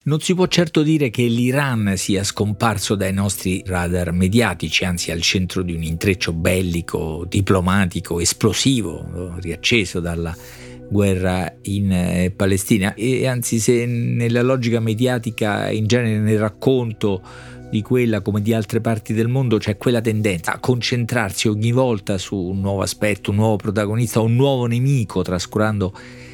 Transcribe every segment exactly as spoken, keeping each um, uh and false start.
Non si può certo dire che l'Iran sia scomparso dai nostri radar mediatici, anzi al centro di un intreccio bellico, diplomatico, esplosivo, riacceso dalla guerra in eh, Palestina. E anzi, se nella logica mediatica, in genere nel racconto di quella come di altre parti del mondo, c'è quella tendenza a concentrarsi ogni volta su un nuovo aspetto, un nuovo protagonista, un nuovo nemico, trascurando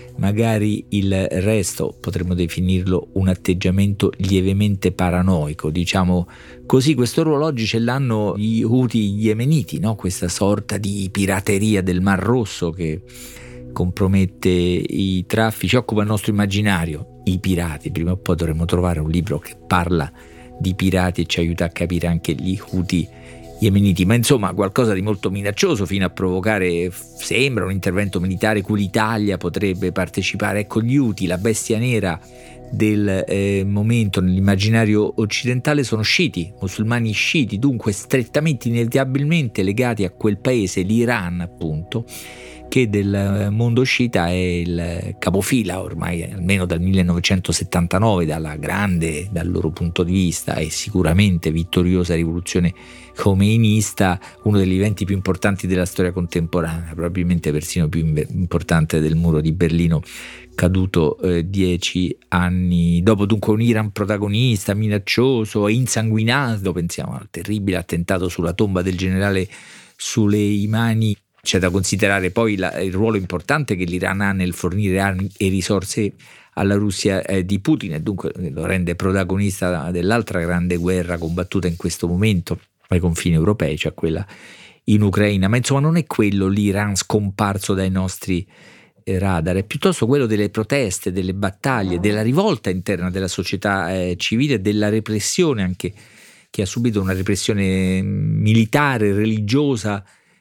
magari il resto. Potremmo definirlo un atteggiamento lievemente paranoico, diciamo così. Questo ruolo oggi ce l'hanno gli Houthi yemeniti, no? Questa sorta di pirateria del Mar Rosso che compromette i traffici, occupa il nostro immaginario, i pirati. Prima o poi dovremmo trovare un libro che parla di pirati e ci aiuta a capire anche gli Houthi yemeniti, ma insomma qualcosa di molto minaccioso, fino a provocare, sembra, un intervento militare cui l'Italia potrebbe partecipare. Ecco, gli Houthi, la bestia nera del eh, momento nell'immaginario occidentale, sono sciiti, musulmani sciiti, dunque strettamente, inevitabilmente legati a quel paese, l'Iran appunto, che del mondo sciita è il capofila ormai, almeno dal millenovecentosettantanove, dalla grande, dal loro punto di vista, e sicuramente vittoriosa rivoluzione khomeinista, uno degli eventi più importanti della storia contemporanea, probabilmente persino più importante del muro di Berlino, caduto eh, dieci anni dopo. Dunque un Iran protagonista, minaccioso e insanguinato. Pensiamo al terribile attentato sulla tomba del generale Soleimani. C'è da considerare poi la, il ruolo importante che l'Iran ha nel fornire armi e risorse alla Russia eh, di Putin, e dunque lo rende protagonista dell'altra grande guerra combattuta in questo momento ai confini europei, cioè quella in Ucraina. Ma insomma non è quello l'Iran scomparso dai nostri eh, radar, è piuttosto quello delle proteste, delle battaglie, della rivolta interna della società eh, civile, della repressione, anche che ha subito una repressione militare, religiosa,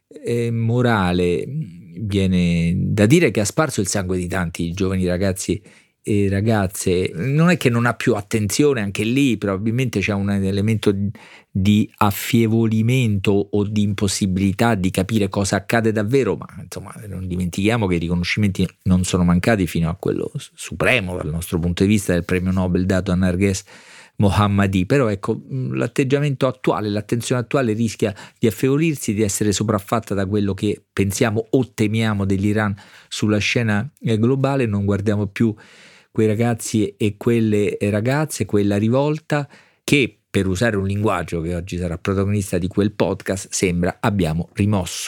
e morale. Viene da dire che ha sparso il sangue di tanti giovani ragazzi e ragazze. Non è che non ha più attenzione, anche lì probabilmente c'è un elemento di affievolimento o di impossibilità di capire cosa accade davvero, ma insomma non dimentichiamo che i riconoscimenti non sono mancati fino a quello supremo dal nostro punto di vista del premio Nobel dato a Narges Mohammadi. Però ecco, l'atteggiamento attuale, l'attenzione attuale rischia di affievolirsi, di essere sopraffatta da quello che pensiamo o temiamo dell'Iran sulla scena globale. Non guardiamo più quei ragazzi e quelle ragazze, quella rivolta che, per usare un linguaggio che oggi sarà protagonista di quel podcast, sembra abbiamo rimosso.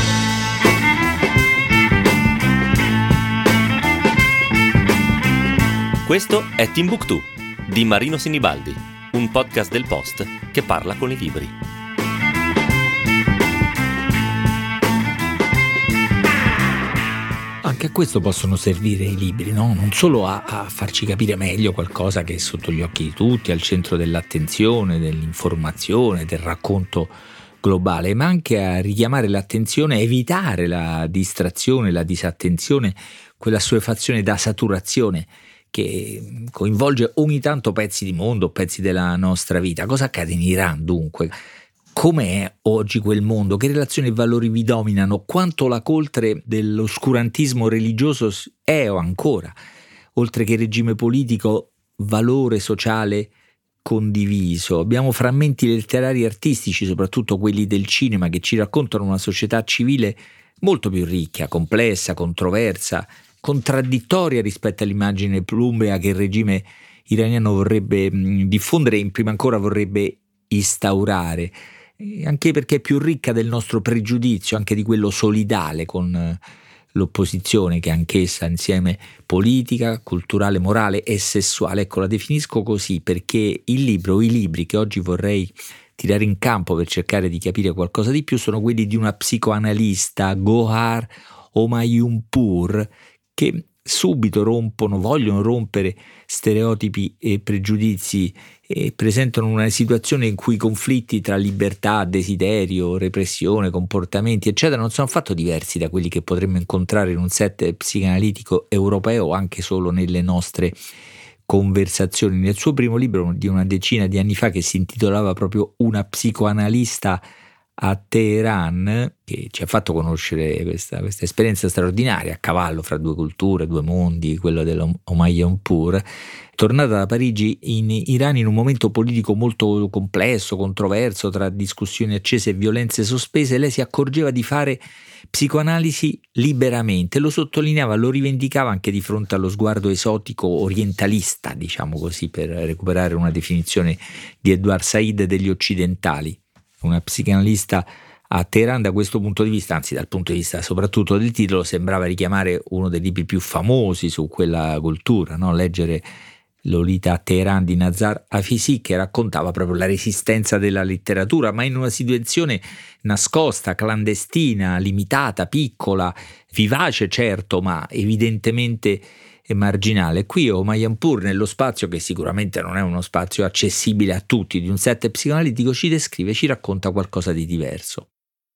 Questo è Timbuktu di Marino Sinibaldi, un podcast del Post che parla con i libri. Anche a questo possono servire i libri, no? Non solo a, a farci capire meglio qualcosa che è sotto gli occhi di tutti, al centro dell'attenzione, dell'informazione, del racconto globale, ma anche a richiamare l'attenzione, a evitare la distrazione, la disattenzione, quella assuefazione da saturazione che coinvolge ogni tanto pezzi di mondo, pezzi della nostra vita. Cosa accade in Iran dunque? Com'è oggi quel mondo? Che relazioni e valori vi dominano? Quanto la coltre dell'oscurantismo religioso è o ancora, oltre che regime politico, valore sociale condiviso? Abbiamo frammenti letterari e artistici, soprattutto quelli del cinema, che ci raccontano una società civile molto più ricca, complessa, controversa, contraddittoria rispetto all'immagine plumbea che il regime iraniano vorrebbe mh, diffondere e prima ancora vorrebbe instaurare, e anche perché è più ricca del nostro pregiudizio, anche di quello solidale con eh, l'opposizione, che è anch'essa insieme politica, culturale, morale e sessuale. Ecco, la definisco così perché il libro, i libri che oggi vorrei tirare in campo per cercare di capire qualcosa di più sono quelli di una psicoanalista, Gohar Homayunpour, che subito rompono, vogliono rompere stereotipi e pregiudizi e presentano una situazione in cui i conflitti tra libertà, desiderio, repressione, comportamenti eccetera non sono affatto diversi da quelli che potremmo incontrare in un set psicanalitico europeo o anche solo nelle nostre conversazioni. Nel suo primo libro di una decina di anni fa, che si intitolava proprio Una psicoanalista a Teheran, che ci ha fatto conoscere questa, questa esperienza straordinaria a cavallo fra due culture, due mondi, quello dell'Humayunpur. Tornata da Parigi in Iran in un momento politico molto complesso, controverso, tra discussioni accese e violenze sospese, lei si accorgeva di fare psicoanalisi liberamente, lo sottolineava, lo rivendicava anche di fronte allo sguardo esotico orientalista, diciamo così, per recuperare una definizione di Edward Said degli occidentali. Una psicanalista a Teheran da questo punto di vista, anzi dal punto di vista soprattutto del titolo, sembrava richiamare uno dei libri più famosi su quella cultura, no? Leggere Lolita a Teheran di Nazar Afisi, che raccontava proprio la resistenza della letteratura, ma in una situazione nascosta, clandestina, limitata, piccola, vivace certo, ma evidentemente marginale. Qui Humayunpur, nello spazio che sicuramente non è uno spazio accessibile a tutti di un set psicoanalitico, ci descrive, ci racconta qualcosa di diverso.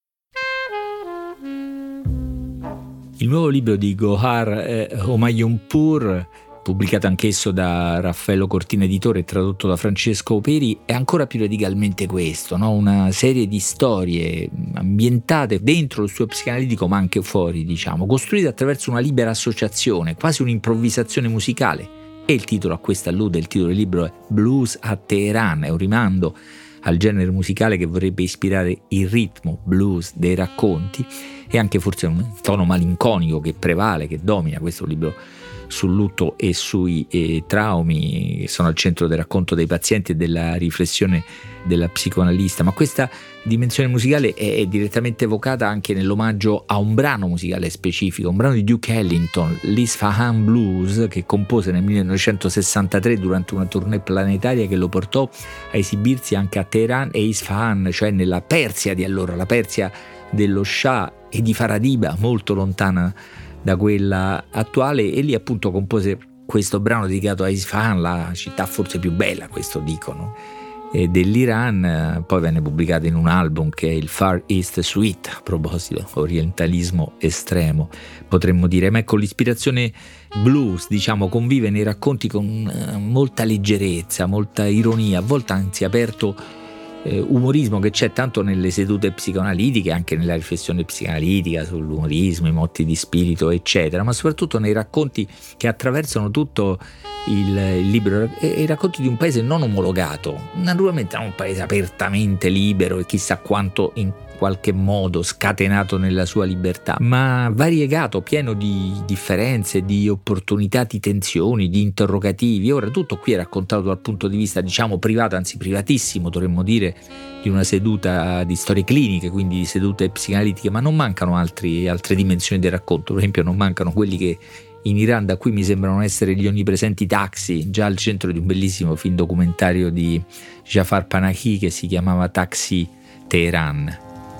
Il nuovo libro di Gohar eh, Humayunpur, pubblicato anch'esso da Raffaello Cortina Editore e tradotto da Francesco Peri, è ancora più radicalmente questo, no? Una serie di storie ambientate dentro il suo psicanalitico ma anche fuori, diciamo, costruite attraverso una libera associazione, quasi un'improvvisazione musicale. E il titolo a questo allude, il titolo del libro è Blues a Teheran, è un rimando al genere musicale che vorrebbe ispirare il ritmo blues dei racconti e anche forse un tono malinconico che prevale, che domina questo libro sul lutto e sui eh, traumi che sono al centro del racconto dei pazienti e della riflessione della psicoanalista. Ma questa dimensione musicale è, è direttamente evocata anche nell'omaggio a un brano musicale specifico, un brano di Duke Ellington, l'Isfahan Blues, che compose nel millenovecentosessantatré durante una tournée planetaria che lo portò a esibirsi anche a Teheran e Isfahan, cioè nella Persia di allora, la Persia dello Shah e di Faradiba, molto lontana da quella attuale, e lì appunto compose questo brano dedicato a Isfahan, la città forse più bella, questo dicono, eh, dell'Iran. Poi venne pubblicato in un album che è il Far East Suite, a proposito, orientalismo estremo potremmo dire. Ma ecco, l'ispirazione blues, diciamo, convive nei racconti con eh, molta leggerezza, molta ironia, a volte anzi aperto Eh, umorismo che c'è tanto nelle sedute psicoanalitiche, anche nella riflessione psicoanalitica sull'umorismo, i motti di spirito eccetera, ma soprattutto nei racconti che attraversano tutto il, il libro, e i racconti di un paese non omologato, naturalmente non un paese apertamente libero e chissà quanto in qualche modo scatenato nella sua libertà, ma variegato, pieno di differenze, di opportunità, di tensioni, di interrogativi. Ora tutto qui è raccontato dal punto di vista, diciamo, privato, anzi privatissimo dovremmo dire, di una seduta di storie cliniche, quindi di sedute psicanalitiche, ma non mancano altri, altre dimensioni del racconto. Per esempio non mancano quelli che in Iran da qui mi sembrano essere gli onnipresenti taxi, già al centro di un bellissimo film documentario di Jafar Panahi che si chiamava Taxi Teheran.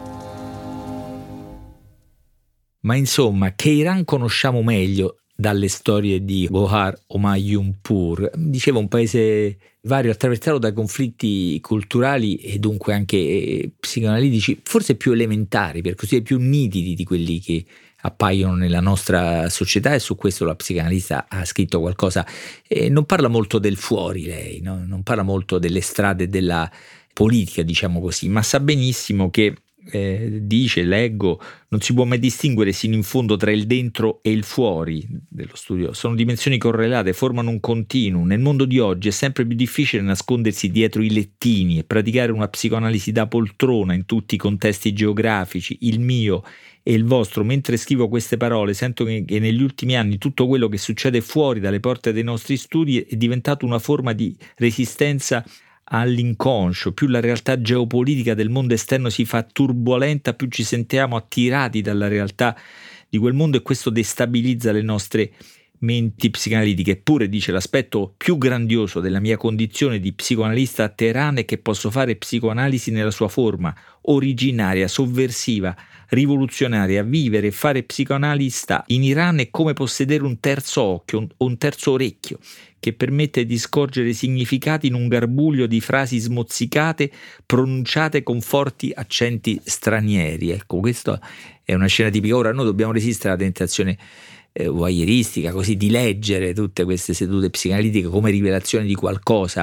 Ma insomma, che Iran conosciamo meglio dalle storie di Gohar Humayunpur. Diceva, un paese vario, attraversato da conflitti culturali e dunque anche psicoanalitici, forse più elementari, per così dire, più nitidi di quelli che appaiono nella nostra società, e su questo la psicanalista ha scritto qualcosa. E non parla molto del fuori lei, no? Non parla molto delle strade della politica, diciamo così, ma sa benissimo che Eh, dice, leggo, non si può mai distinguere sino in fondo tra il dentro e il fuori dello studio, sono dimensioni correlate, formano un continuum. Nel mondo di oggi è sempre più difficile nascondersi dietro i lettini e praticare una psicoanalisi da poltrona in tutti i contesti geografici, il mio e il vostro. Mentre scrivo queste parole sento che, che negli ultimi anni tutto quello che succede fuori dalle porte dei nostri studi è diventato una forma di resistenza all'inconscio. Più la realtà geopolitica del mondo esterno si fa turbolenta, più ci sentiamo attirati dalla realtà di quel mondo, e questo destabilizza le nostre menti psicanalitiche. Eppure, dice, l'aspetto più grandioso della mia condizione di psicoanalista a Teheran è che posso fare psicoanalisi nella sua forma originaria, sovversiva, rivoluzionaria. Vivere e fare psicoanalista in Iran è come possedere un terzo occhio o un, un terzo orecchio che permette di scorgere significati in un garbuglio di frasi smozzicate pronunciate con forti accenti stranieri. Ecco, questa è una scena tipica. Ora noi dobbiamo resistere alla tentazione eh, voyeuristica, così, di leggere tutte queste sedute psicanalitiche come rivelazione di qualcosa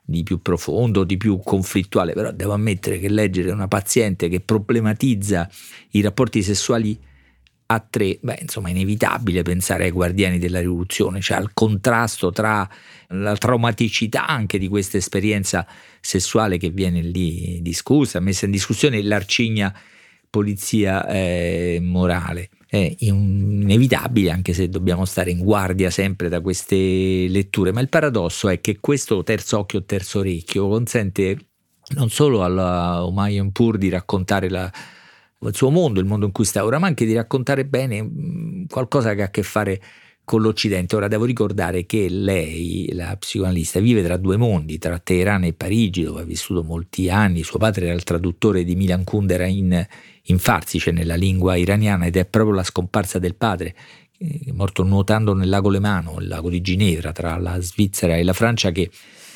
di più profondo, di più conflittuale, però devo ammettere che leggere una paziente che problematizza i rapporti sessuali a tre, beh, insomma, è inevitabile pensare ai Guardiani della Rivoluzione, cioè al contrasto tra la traumaticità anche di questa esperienza sessuale che viene lì discussa, messa in discussione, l'arcigna polizia eh, morale. È inevitabile, anche se dobbiamo stare in guardia sempre da queste letture, ma il paradosso è che questo terzo occhio, terzo orecchio consente non solo alla Humayun Pur di raccontare la il suo mondo, il mondo in cui sta ora, ma anche di raccontare bene mh, qualcosa che ha a che fare con l'Occidente. Ora devo ricordare che lei, la psicoanalista, vive tra due mondi, tra Teheran e Parigi, dove ha vissuto molti anni. Suo padre era il traduttore di Milan Kundera in, in farsi, cioè nella lingua iraniana, ed è proprio la scomparsa del padre, è morto nuotando nel lago Lemano, il lago di Ginevra, tra la Svizzera e la Francia, che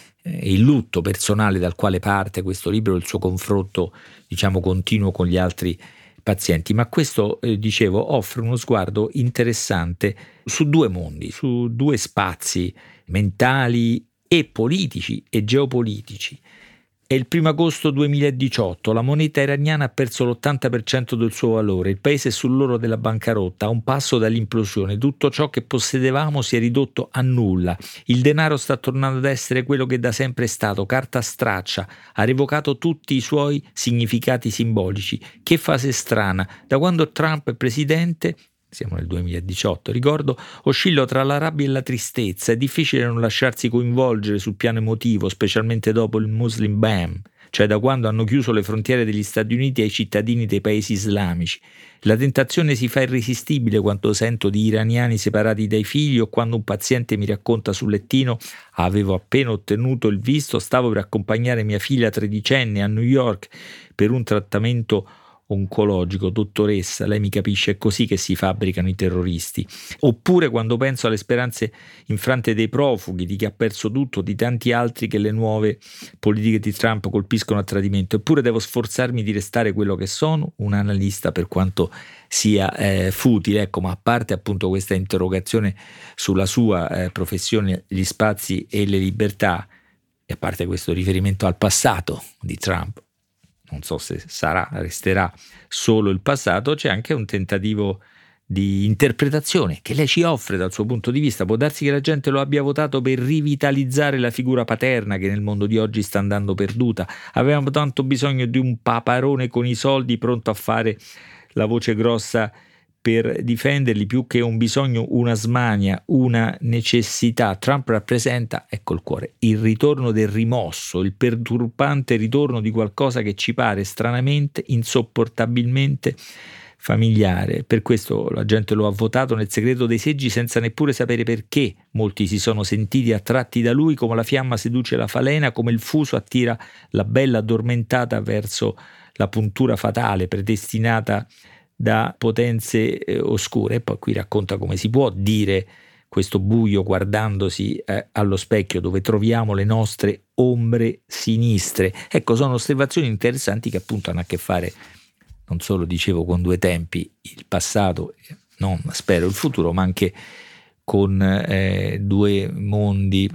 il lutto personale dal quale parte questo libro, il suo confronto, diciamo, continuo con gli altri pazienti. Ma questo, eh, dicevo, offre uno sguardo interessante su due mondi, su due spazi mentali e politici e geopolitici. È il primo agosto duemiladiciotto, la moneta iraniana ha perso l'ottanta per cento del suo valore, il paese è sull'orlo della bancarotta, a un passo dall'implosione, tutto ciò che possedevamo si è ridotto a nulla, il denaro sta tornando ad essere quello che da sempre è stato, carta straccia, ha revocato tutti i suoi significati simbolici. Che fase strana, da quando Trump è presidente, siamo nel duemiladiciotto, ricordo, oscillo tra la rabbia e la tristezza, è difficile non lasciarsi coinvolgere sul piano emotivo, specialmente dopo il Muslim ban, cioè da quando hanno chiuso le frontiere degli Stati Uniti ai cittadini dei paesi islamici. La tentazione si fa irresistibile quando sento di iraniani separati dai figli o quando un paziente mi racconta sul lettino: avevo appena ottenuto il visto, stavo per accompagnare mia figlia tredicenne a New York per un trattamento oncologico, dottoressa, lei mi capisce, è così che si fabbricano i terroristi. Oppure quando penso alle speranze infrante dei profughi, di chi ha perso tutto, di tanti altri che le nuove politiche di Trump colpiscono a tradimento. Eppure devo sforzarmi di restare quello che sono, un analista, per quanto sia eh, futile. Ecco, ma a parte appunto questa interrogazione sulla sua eh, professione, gli spazi e le libertà, e a parte questo riferimento al passato di Trump, non so se sarà, resterà solo il passato, c'è anche un tentativo di interpretazione che lei ci offre dal suo punto di vista. Può darsi che la gente lo abbia votato per rivitalizzare la figura paterna che nel mondo di oggi sta andando perduta. Avevamo tanto bisogno di un paparone con i soldi pronto a fare la voce grossa per difenderli, più che un bisogno, una smania, una necessità. Trump rappresenta, ecco il cuore, il ritorno del rimosso, il perturbante ritorno di qualcosa che ci pare stranamente, insopportabilmente familiare. Per questo la gente lo ha votato nel segreto dei seggi senza neppure sapere perché. Molti si sono sentiti attratti da lui come la fiamma seduce la falena, come il fuso attira la bella addormentata verso la puntura fatale predestinata da potenze eh, oscure. E poi qui racconta come si può dire questo buio guardandosi eh, allo specchio, dove troviamo le nostre ombre sinistre. Ecco, sono osservazioni interessanti che appunto hanno a che fare non solo, dicevo, con due tempi, il passato, non spero il futuro, ma anche con eh, due mondi.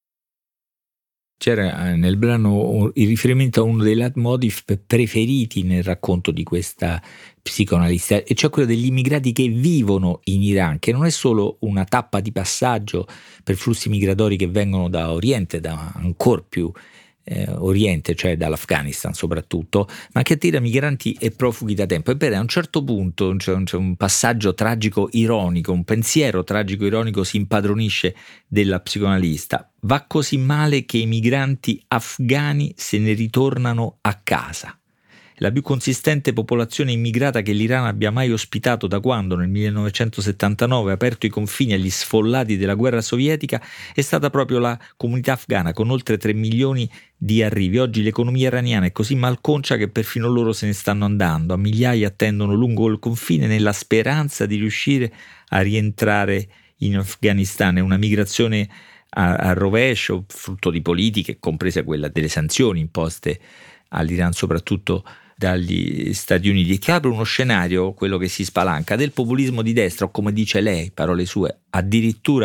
C'era nel brano il riferimento a uno dei leitmotiv preferiti nel racconto di questa psicoanalista, e cioè quello degli immigrati che vivono in Iran, che non è solo una tappa di passaggio per flussi migratori che vengono da Oriente, da ancor più eh, Oriente, cioè dall'Afghanistan soprattutto, ma che attira migranti e profughi da tempo. Ebbene, a un certo punto c'è un, c'è un passaggio tragico-ironico, un pensiero tragico-ironico si impadronisce della psicoanalista. Va così male che i migranti afghani se ne ritornano a casa. La più consistente popolazione immigrata che l'Iran abbia mai ospitato da quando nel millenovecentosettantanove ha aperto i confini agli sfollati della guerra sovietica è stata proprio la comunità afghana, con oltre tre milioni di arrivi. Oggi l'economia iraniana è così malconcia che perfino loro se ne stanno andando. A migliaia attendono lungo il confine nella speranza di riuscire a rientrare in Afghanistan. È una migrazione a, a rovescio, frutto di politiche, compresa quella delle sanzioni imposte all'Iran soprattutto dagli Stati Uniti, che apre uno scenario, quello che si spalanca, del populismo di destra, o come dice lei, parole sue, addirittura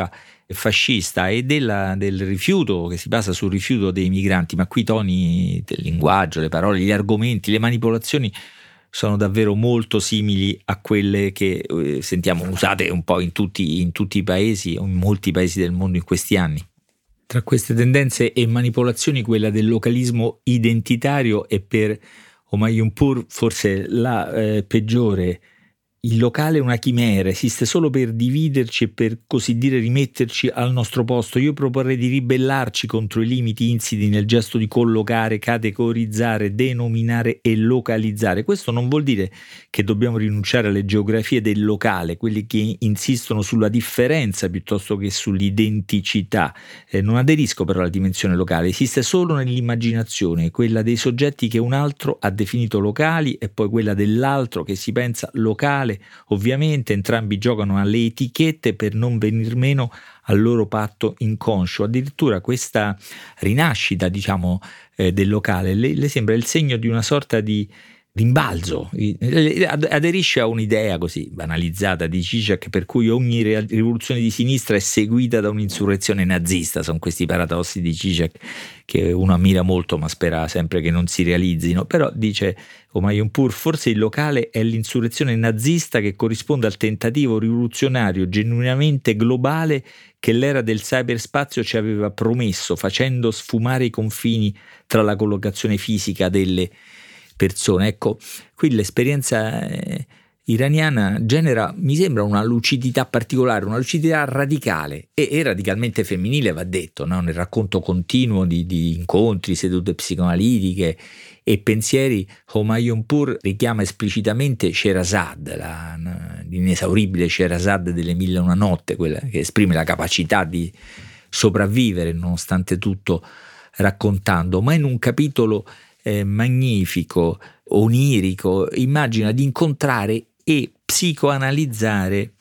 fascista e della, del rifiuto, che si basa sul rifiuto dei migranti, ma qui i toni del linguaggio, le parole, gli argomenti, le manipolazioni sono davvero molto simili a quelle che eh, sentiamo usate un po' in tutti, in tutti i paesi o in molti paesi del mondo in questi anni. Tra queste tendenze e manipolazioni, quella del localismo identitario è per Humayunpur forse la eh, peggiore. Il locale è una chimera, esiste solo per dividerci e per così dire rimetterci al nostro posto. Io proporrei di ribellarci contro i limiti insiti nel gesto di collocare, categorizzare, denominare e localizzare. Questo non vuol dire che dobbiamo rinunciare alle geografie del locale, quelli che insistono sulla differenza piuttosto che sull'identicità. Eh, non aderisco però alla dimensione locale, esiste solo nell'immaginazione, quella dei soggetti che un altro ha definito locali e poi quella dell'altro che si pensa locale. Ovviamente entrambi giocano alle etichette per non venir meno al loro patto inconscio. Addirittura questa rinascita, diciamo, eh, del locale le, le sembra il segno di una sorta di rimbalzo, aderisce a un'idea così banalizzata di Zizek per cui ogni rivoluzione di sinistra è seguita da un'insurrezione nazista. Sono questi paradossi di Zizek che uno ammira molto ma spera sempre che non si realizzino. Però dice Humayunpur, forse il locale è l'insurrezione nazista che corrisponde al tentativo rivoluzionario genuinamente globale che l'era del cyberspazio ci aveva promesso, facendo sfumare i confini tra la collocazione fisica delle persone. Ecco, qui l'esperienza eh, iraniana genera, mi sembra, una lucidità particolare, una lucidità radicale e, e radicalmente femminile, va detto, no? Nel racconto continuo di, di incontri, sedute psicoanalitiche e pensieri, Humayunpur richiama esplicitamente Sherazad, la, l'inesauribile Sherazad delle Mille e una notte, quella che esprime la capacità di sopravvivere nonostante tutto raccontando, ma in un capitolo Eh, magnifico, onirico, immagina di incontrare e psicoanalizzare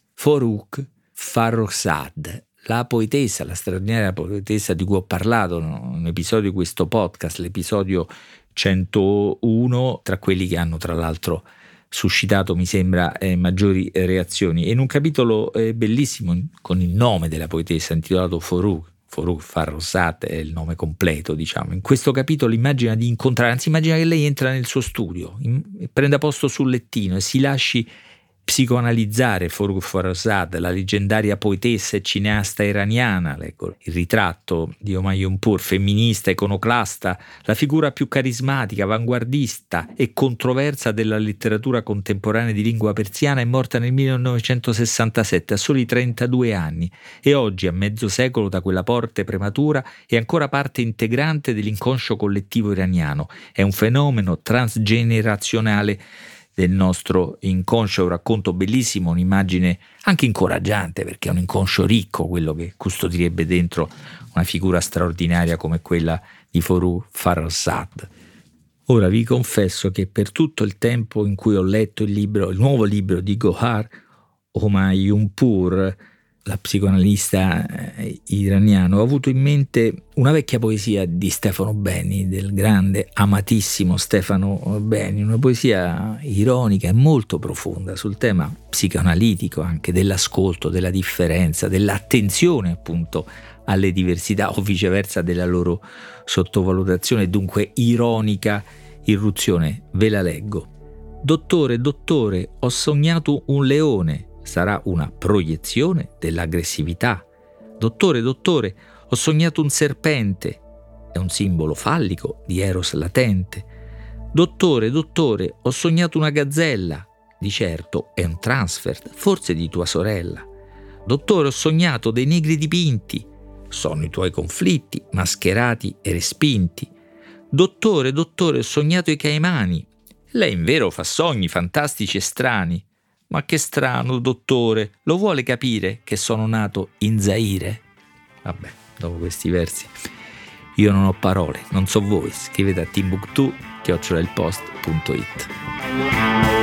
Forugh Farrokhzad, la poetessa, la straordinaria poetessa di cui ho parlato in un episodio di questo podcast, l'episodio centouno, tra quelli che hanno tra l'altro suscitato, mi sembra, eh, maggiori reazioni. E in un capitolo eh, bellissimo con il nome della poetessa intitolato Forugh Forugh Farrokhzad è il nome completo, diciamo. In questo capitolo immagina di incontrare, anzi immagina che lei entra nel suo studio, in, prenda posto sul lettino e si lasci psicoanalizzare Forugh Farrokhzad, la leggendaria poetessa e cineasta iraniana. Ecco, il ritratto di Humayunpur, femminista, iconoclasta, la figura più carismatica, avanguardista e controversa della letteratura contemporanea di lingua persiana, è morta nel millenovecentosessantasette a soli trentadue anni e oggi, a mezzo secolo da quella morte prematura, è ancora parte integrante dell'inconscio collettivo iraniano. È un fenomeno transgenerazionale del nostro inconscio. Un racconto bellissimo, un'immagine anche incoraggiante, perché è un inconscio ricco quello che custodirebbe dentro una figura straordinaria come quella di Forugh Farrokhzad. Ora vi confesso che per tutto il tempo in cui ho letto il libro, il nuovo libro di Gohar Humayunpur, la psicoanalista eh, iraniano, ho avuto in mente una vecchia poesia di Stefano Benni, del grande, amatissimo Stefano Benni, una poesia ironica e molto profonda sul tema psicoanalitico, anche dell'ascolto, della differenza, dell'attenzione appunto alle diversità o viceversa della loro sottovalutazione, dunque ironica irruzione. Ve la leggo. Dottore, dottore, ho sognato un leone. Sarà una proiezione dell'aggressività. Dottore, dottore, ho sognato un serpente. È un simbolo fallico di Eros latente. Dottore, dottore, ho sognato una gazzella. Di certo è un transfert, forse di tua sorella. Dottore, ho sognato dei negri dipinti. Sono i tuoi conflitti, mascherati e respinti. Dottore, dottore, ho sognato i caimani. Lei in vero fa sogni fantastici e strani. Ma che strano, dottore, lo vuole capire che sono nato in Zaire? Vabbè, dopo questi versi io non ho parole, non so voi. Scrivete a timbuktu chiocciola il post punto it.